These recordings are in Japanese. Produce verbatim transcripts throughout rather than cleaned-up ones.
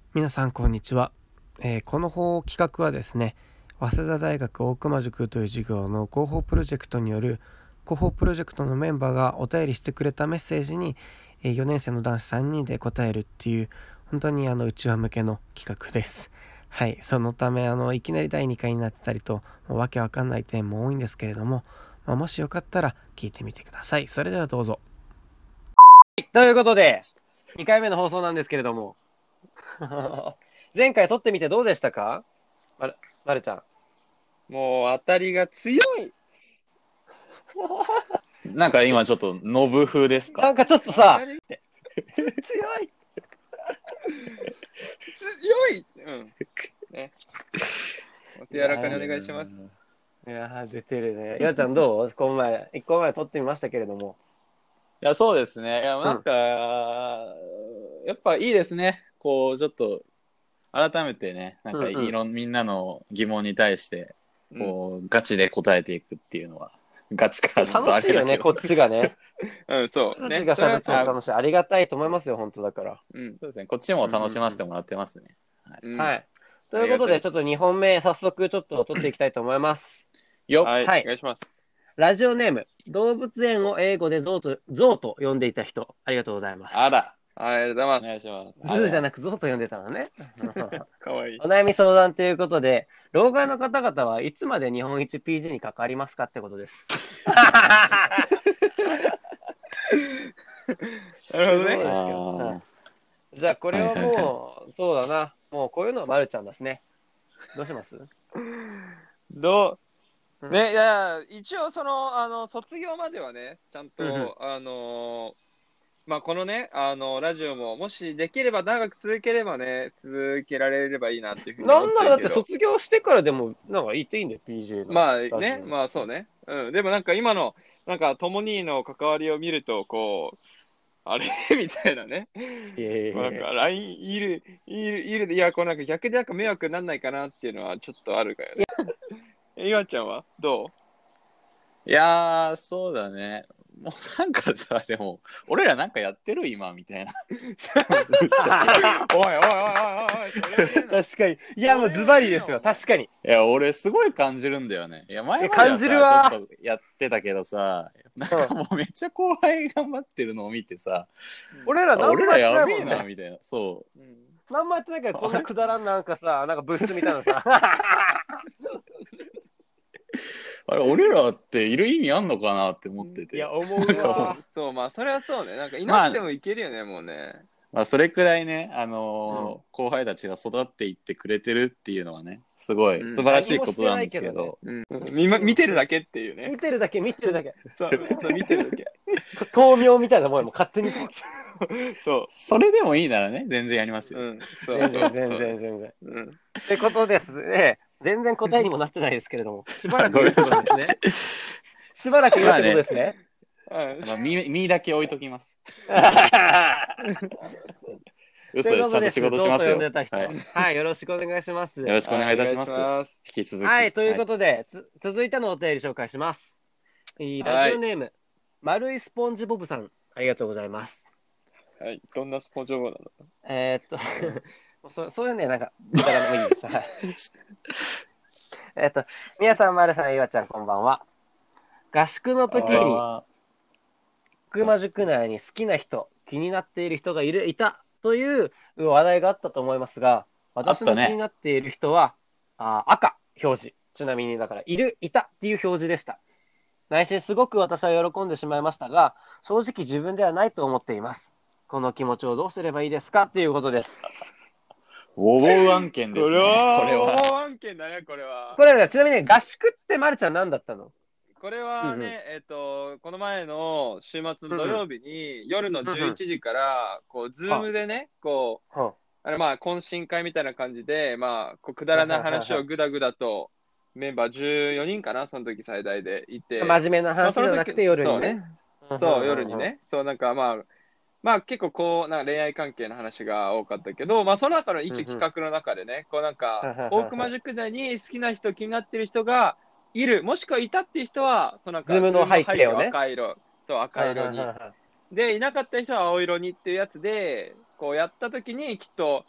皆さんこんにちは、えーこの方企画はですね、早稲田大学大熊塾という授業の広報プロジェクトによる広報プロジェクトのメンバーがお便りしてくれたメッセージに、えーよねん生の男子さんにんで答えるっていう、本当にあのうちわ向けの企画です。はい、そのためあのいきなりだいにかいになってたりと、もうわけわかんない点も多いんですけれども、まあ、もしよかったら聞いてみてください。それではどうぞ。ということでにかいめの放送なんですけれども前回撮ってみてどうでしたか？まる、まるちゃん。 もう当たりが強い。 なんか今ちょっとノブ風ですか？ なんかちょっとさ、 強い。強い。うん。ね。お手柔らかにお願いします。 いやー、出てるね。やちゃんどう？この前、一個前撮ってみましたけれども。 いや、そうですね。いや、なんか、やっぱいいですね。こう、ちょっと、改めてね、なんかいうんうんろん、みんなの疑問に対して、こう、ガチで答えていくっていうのは、ガチからちょっとあ楽しいよね、 れだけど。 こっちがね。 うん、そう。ね。 私たちが喋ってそれはも楽しい。ありがたいと思いますよ、本当だから。 うん。 そうですね。こっちも楽しませてもらってますね。 うん。 はい。ということで、ちょっとにほんめ、早速ちょっと撮っていきたいと思います。 よっ。 はい。 はいお願いします。 ラジオネーム、動物園を英語でゾウと、ゾウと呼んでいた人、ありがとうございます。 あら、 はい、ありがとうごおざい願いします。 ズーじゃなくゾウと呼んでたのね。 ます。かわいい。 お悩み相談ということで、老害の方々はいつまで日本一 ピージー に関わりますかってことです。 なるほどね。 そうですあよ。じゃあこれはもう、そうだな。もうこういうのはまるちゃんですね。どうします？ どううんね、いや、一応その、あの、卒業まではね、ちゃんと、 うんうんあのまあ、このね、あの、ラジオも、もしできれば長く続ければね、続けられればいいなっていうふうになん思っならだっててるけど。 卒業してからでも、なんか言っていいんだよ、ピージェー の。 まあラジね、 オまあそうね。うん。でもなんか今の、なんか、ともにの関わりを見ると、こう、あれみたいなね。 いやいやいやなんか、ライン、いる、いる、いる、いや、こうなんか逆でなんか迷惑になんないかなっていうのはちょっとあるからね。え、岩ちゃんはどいやー、そうだね。もうなんかさ、でも、俺らなんかやってる今、みたいな。 うおいおいおいおいおい、それは言うな確かに。いや、もうズバリですよ、確かに。 いや、俺すごい感じるんだよね。いや、前までは感さ、 じるわちょっとやってたけどさ、なんかもうめっちゃ後輩頑張ってるのを見てさ、 俺らあ俺何もやってならやべえな、 いもんね。 みたいな。そうん何もやってないから、こんなくだらんなんかさ、なんか物質みたいなさ。 う。あれ、俺らっている意味あんのかなって思ってて。 いや、思うそうわ。 そう、まあ、それはそうね。なんか、いなくてもいけるよね、もうね。 まあ、それくらいね、あのー後輩たちが育っていってくれてるっていうのはね、すごいうん素晴らしいことなんですけど、 うん、見ま見てるだけっていうね見。てるだけ、見てるだけ。 そう、そう見てるだけ。 豆苗みたいなもんやもん、勝手に。 そそれでもいいならね、全然やりますう。 よ。 うん。そう全然、 そう全然、 そう全然。 うん。 ってことですね。全然答えにもなってないですけれども、しばらくごめんいるってなさいことですね。しばらくいるってことですね。 うんまあ、身身だけ置いときます。嘘というです。ちゃんとことです。 仕事しますよ。 どうと呼んでた人。 はい。 はい、よろしくお願いします。 よろしくお願いいたします。 はいお願いします引き続き。 はい、ということで、つ続いてのお便り紹介します。えーラジオネーム、丸いスポンジボブさん、ありがとうございます。 はい。どんなスポンジボブなのえーっと、もうそそういうね、なんか、くだらないもういいです。はいえーっと、みやさん、まるさん、いわちゃん、こんばんは。合宿の時に、 あ熊塾内に好きな人、気になっている人がいる、いたという話題があったと思いますが、私のあったね気になっている人は、あ赤、表示。ちなみに、だから、いる、いたっていう表示でした。内心すごく私は喜んでしまいましたが、正直自分ではないと思っています。この気持ちをどうすればいいですかっていうことです。 ーウォウ案件ですね。 これは、 これは。 大案件だね、これは。 これね、ちなみにね、合宿ってまるちゃん何だったの？ これはね、 うんうんえっと、この前の週末の土曜日に、夜のじゅういちじから、こう、ズームでね、こう、 はあれまあ、懇親会みたいな感じで、まあ、こうくだらない話をぐだぐだと、メンバーじゅうよにんかな、その時最大でいて。 真面目な話じゃなくて夜にね。 そう、夜にね。そう、なんかまあ、まあ結構こう、なんか恋愛関係の話が多かったけど、まあその中の一企画の中でね、こうなんか、大熊塾内に好きな人、気になってる人がいる、もしくはいたっていう人は、そのなんか、 ズームの背景をね赤色、そう、赤色に。で、いなかった人は青色にっていうやつで、こうやった時にきっと、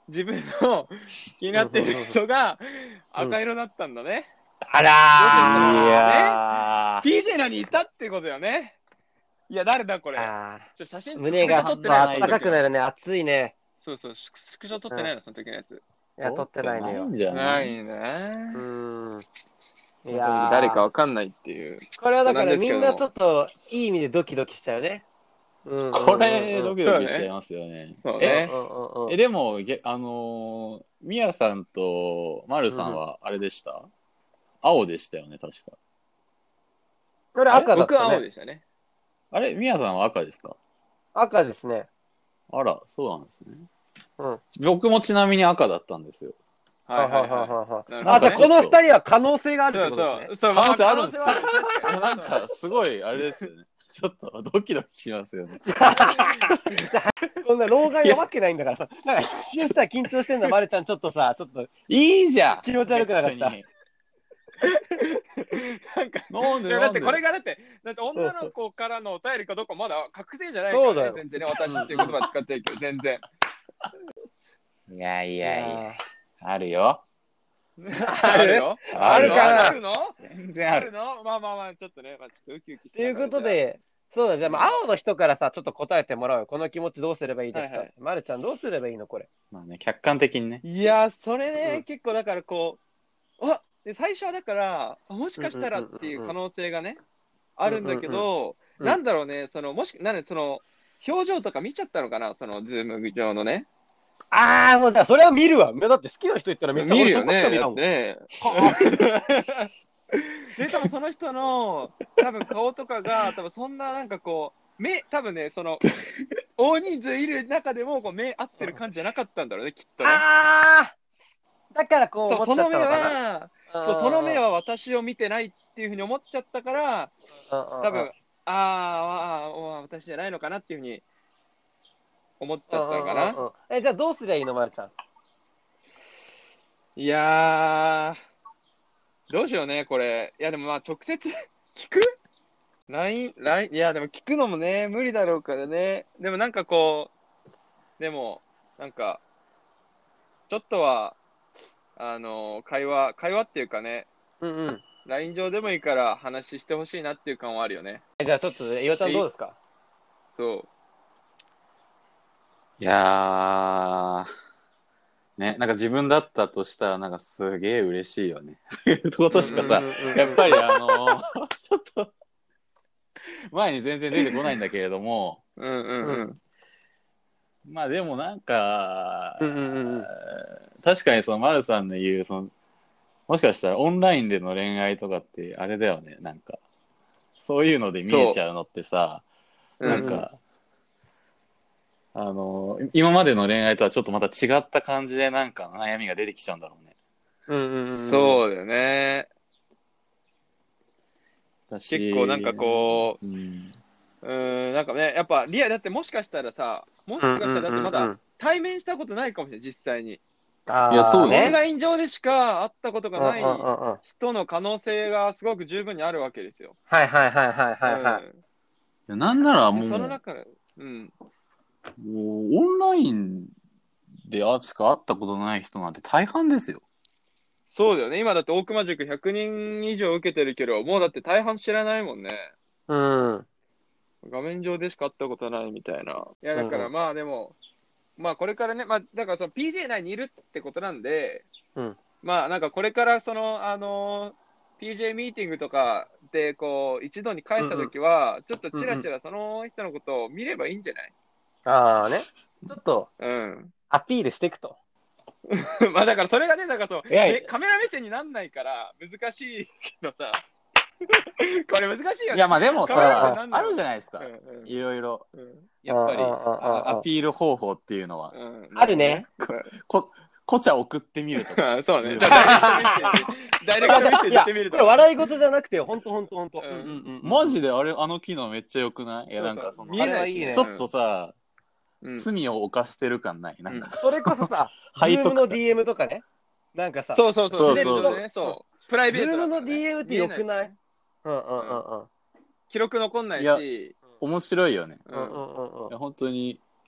自分の気になってる人が赤色だったんだね。 あらいーやー。 ピージェー 何いたってことよね。いや、誰だこれ。 あちょ写真ー胸がスクショ撮ってないの暖かくなるね。暑いね。 そうそう、スクスクショ撮ってないの、その時のやつ。 いや、撮ってないのよ。 ないんじゃなないいね。 うーん。いいやー誰かわかんないっていう。 これはだからなんですけどもみんなちょっといい意味でドキドキしちゃうね。うんうんうんうんこれ、ドキドキしちゃいますよね。 そうえね。 うんうんうんえ、でも、げあのー、みやさんとまるさんはあれでした、青でしたよね、確か。 これ赤だっ僕はたね。 青でしたね。 あれみやさんは赤ですか？ 赤ですね。 あら、そうなんですね。 うん。 僕もちなみに赤だったんですよ。 はいはいはい。 はなるほどねあ、じゃあこの二人は可能性があるってそうことですね。 そう。そう可能性あるんですよ可能性はある確かになんか、すごい、あれですよね。ちょっとドキドキしますよね。 こんな老害なわけないんだからさ。なんか一瞬さ、緊張してんの、まるちゃんちょっとさ、ちょっといいじゃん気持ち悪くなかった別になんか、 なんでいやだってなんでこれがだって、だって女の子からのお便りかどうかまだ確定じゃないからね、 そうだよ全然ね、私っていう言葉使ってるけど、全然。 いやいいやいや、 やあるよ。 あるよ。 あるのかなあるの全然ある。 あるのまあまあまあ、ちょっとね、まあ、ちょっとウキウキしというながらことで、そうだ、じゃあ、まあ、青の人からさ、ちょっと答えてもらおうよ。この気持ちどうすればいいですか、 はいはいまるちゃんどうすればいいのこれ。 まあね、客観的にね。 いや、それね、 うん結構だからこう、あで最初はだから、あもしかしたらっていう可能性がね、あるんだけど、 うんなんだろうね、その、もし、なんで、その、表情とか見ちゃったのかな、その、ズーム上のね。 あー、もうじゃあ、それは見るわ。だって好きな人言ったらめっちゃ見るよね。 俺そこしか見らんもんだってね。で、多分その人の、多分顔とかが、多分そんななんかこう、目、多分ね、その、大人数いる中でも、こう、目合ってる感じじゃなかったんだろうね、きっとね。 あーだからこう思っちゃった多分その目のかな。 は、そう、その目は、 は私を見てないっていうふうに思っちゃったから、多多分、あーあー、あー私じゃないのかなっていうふうに思っちゃったのかな。 え、じゃあどうすりゃいいの、まるちゃん。 いやー、どうしようね、これ。いや、でもまあ、直接聞く ?ライン、ライン、いや、でも聞くのもね、無理だろうからね。でもなんかこう、でも、なんか、ちょっとは、あの、会話、会話っていうかね、 うんうん。 ライン 上でもいいから話してほしいなっていう感はあるよね。 えじゃあちょっと、岩ちゃんどうですか。 そう。 いやー、ね、なんか自分だったとしたら、なんかすげえ嬉しいよね。ということしかさ、やっぱりあのー、ちょっと、前に全然出てこないんだけれども、 うんうんうん。 まあでもなんか、 うんうんうんうん確かにその丸さんの言う、その、もしかしたらオンラインでの恋愛とかってあれだよね、なんか、そういうので見えちゃうのってさ、なんか、あの今までの恋愛とはちょっとまた違った感じでなんか悩みが出てきちゃうんだろうね。 うんうんうん。 そうだよね。 だし結構なんかこう、うん、 う、うーん、なんかね、やっぱリアル、だってもしかしたらさ、もしかしたらだってまだうんうんうんうん対面したことないかもしれない、実際に。 あーいやそうですオンねライン上でしか会ったことがないうんうんうんうん人の可能性がすごく十分にあるわけですよ。 はいはいはいはいはいはい。 うんいやなんならもう、 その中で、うん。 もうオンラインであしか会ったことない人なんて大半ですよ。 そうだよね。今だって大熊塾ひゃくにん以上受けてるけど、もうだって大半知らないもんね。 うん。 画面上でしか会ったことないみたいな。いや、だかうんうんらまあでも、まあこれからね、まあだからその ピージェー 内にいるってことなんで、 うんまあなんかこれからその、あのー ピージェー ミーティングとかでこう一度に返したときは、ちょっとチラチラその人のことを見ればいいんじゃない？ ああね。ちょっとうん。 アピールしていくと。 まあだからそれがね、だからそう、 いやいやねカメラ目線になんないから難しいけどさ、これ難しいよね。 いやまあでもカメラ目線さ、 なんだろうあるじゃないですか。 うんうんいろいろ。 うんやっぱりうんうんうんうんあアピール方法っていうのは、 うんあるね。 こ、こちゃ送ってみるとか。 うんそうね。じゃあダイレクトメッセージ、ダイレクトメッセージいや、 してみると。 これ笑い事じゃなくて、ほんとほんとほんと。 うんうんうんうん。 マジであれ、あの機能めっちゃ良くない？いやなんかその、 見えないしね。 あれはいいねちょっとさ、 うん、 罪を犯してる感ないなんか、 それこそさ、ズ背徳ームの ディーエム とかね。なんかさ、 そうそうそう、 そう自そう然とね、そう。プライベートだからね。 ズームの ディーエム って良くない見うんうんうんうん。 記録残んないいやし、 面白いよね。 うんうんうんうんうんいや本当に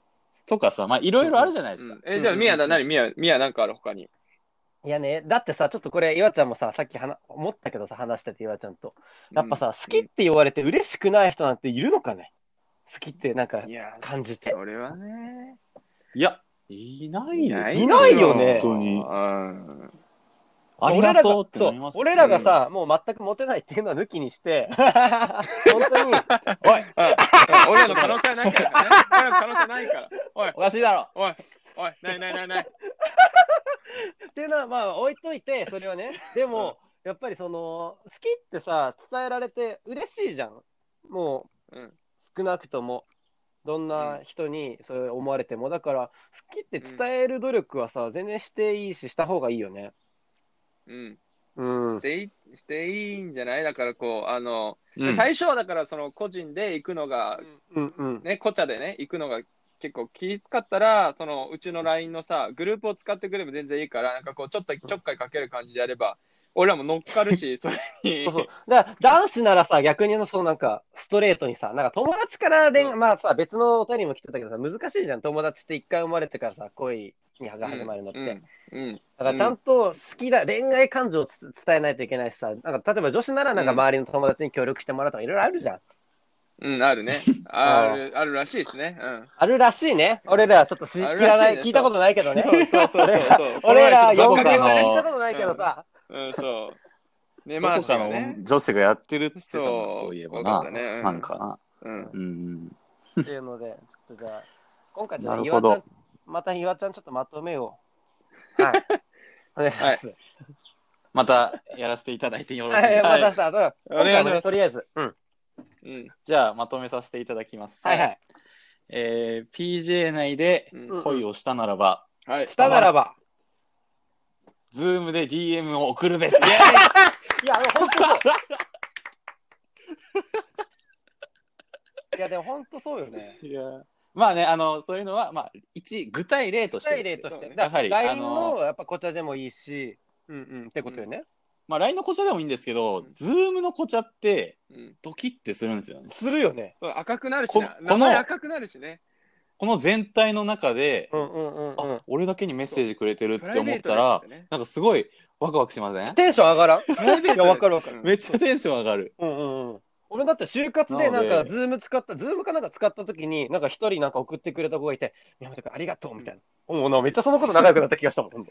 とかさ、まあいろいろあるじゃないですか。 うん、え、じゃあ、みやだ、何みや、みやなんかある他に。 いやね、だってさ、ちょっとこれ、岩ちゃんもさ、さっきはな思ったけどさ、話してて、岩ちゃんと。やっぱさ、好きって言われて嬉しくない人なんているのかね？好きってなんかいや、 感じて。 それはね。 いや、いないよ。 いないよね本当に。 うんありがとうってなります。 俺らがさ、もう全くモテないっていうのは抜きにして、本当に、 おい俺らの可能性はないからね。俺らの可能性ないから。おい、 おかしいだろ。 おい、おい、ないないないない。 っていうのはまあ置いといて、それはね。でも、やっぱりその、好きってさ、伝えられて嬉しいじゃん。もう、 うん少なくとも。どんな人にそれ思われても。だから、好きって伝える努力はさ、全然していいし、した方がいいよね。 うん。 うん。 していい、していいんじゃない？だからこう、あの、 うん最初はだからその個人で行くのが、 うんうん。 ね、コチャでね、行くのが結構気使ったら、そのうちの ライン のさ、グループを使ってくれば全然いいから、なんかこう、ちょっとちょっかいかける感じでやれば、俺らも乗っかるし、それに。 そうそう。だから男子ならさ、逆にそうなんか、ストレートにさ、なんか友達から恋愛、まあさ、別のお便りも来てたけどさ、難しいじゃん。友達って一回生まれてからさ、恋が始まるのって。 うんうんだからちゃんと好きだ、恋愛感情をつ伝えないといけないしさ、なんか例えば女子ならなんか周りの友達に協力してもらうとかいろいろあるじゃん。 うん、あるね。ある、あるらしいですね。うん。 あるらしいね。俺らはちょっと知ある知らない、 らしいね聞いたことないけどね。 そうそうそうそうそう。 俺らよんかげつどこかの聞いたことないけどさ。 うん、そう。ね、 どこかのね。 女子がやってるっつってたな、 そうそういえばわかな。 ったねうんなんかな。 うん。 うん。 っていうので、ちょっとじゃあ、今回ちょっとなるほど岩ちゃん、また岩ちゃんちょっとまとめを。はい。お願いします。 またやらせていただいてよろしいはい、 ですか。 またさ、今お願いします回もねとりあえず。うん。 うん。 じゃあまとめさせていただきます。 はいはい。 えー、ピージェー 内でうん恋をしたならば、 はい。 したならば。 ズームで ディーエム を送るべし。 いや、ほんとそう。いや、でもほんとそうよね。 いやまあね、あの、そういうのは、まあ、一、具体例と具して体例として。 そうねだからやはりラインあののやっぱこちらでもいいし、うんうんってことよね。 まあ、ライン のこちらでもいいんですけど、 うんズームのこちらって、 うん。 ドキッてするんですよね。 するよね。 そう、赤くなるしな。 ここの名前赤くなるしね。 この全体の中で、 うんうんうんうんあ、。俺だけにメッセージくれてるって思ったプライベートら、 ですよねなんかすごいワクワクしません？ テンション上がらん？ プライベートいや、わかるわかる。 めっちゃテンション上がる。 うんうんうん。俺だって就活でなんかなのでズーム使った、ズームかなんか使った時に、なんか一人なんか送ってくれた子がいて、宮本君ありがとうみたいな。もうなめっちゃそのこと仲良くなった気がしたもん。ほんと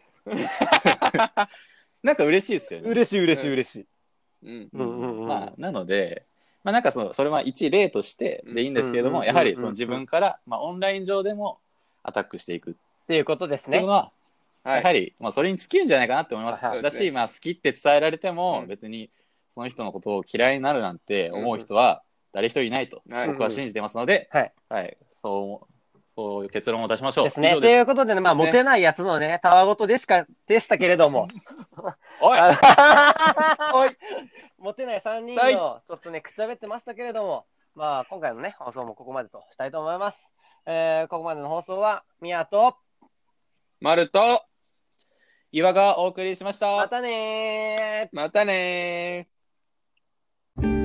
なんか嬉しいですよね。 嬉しい嬉しい嬉しい。 うん。 うんうんうん。 まあ、なので、まあなんかその、それは一例としてでいいんですけれども、 うんやはりその自分から、まあオンライン上でもアタックしていくっっていうことですねていうの。は、 はやはり、まあそれに尽きるんじゃないかなって思います。 はいだし、まあ好きって伝えられても、 うん別にその人のことを嫌いになるなんて思う人は誰一人いないとはい僕は信じてますので、 はい。 はい、そう、そういう結論を出しましょう。 ですね。と以上です。 いうことでね、まあ、 ですねモテないやつのね、たわごとでしか、でしたけれども。 おいおいモテないさんにんの、 はいちょっとね、くちゃべってましたけれども、まあ、今回のね、放送もここまでとしたいと思います。えー、ここまでの放送は、ミヤと、 マルと、 岩がお送りしました。 またねー。 またねー。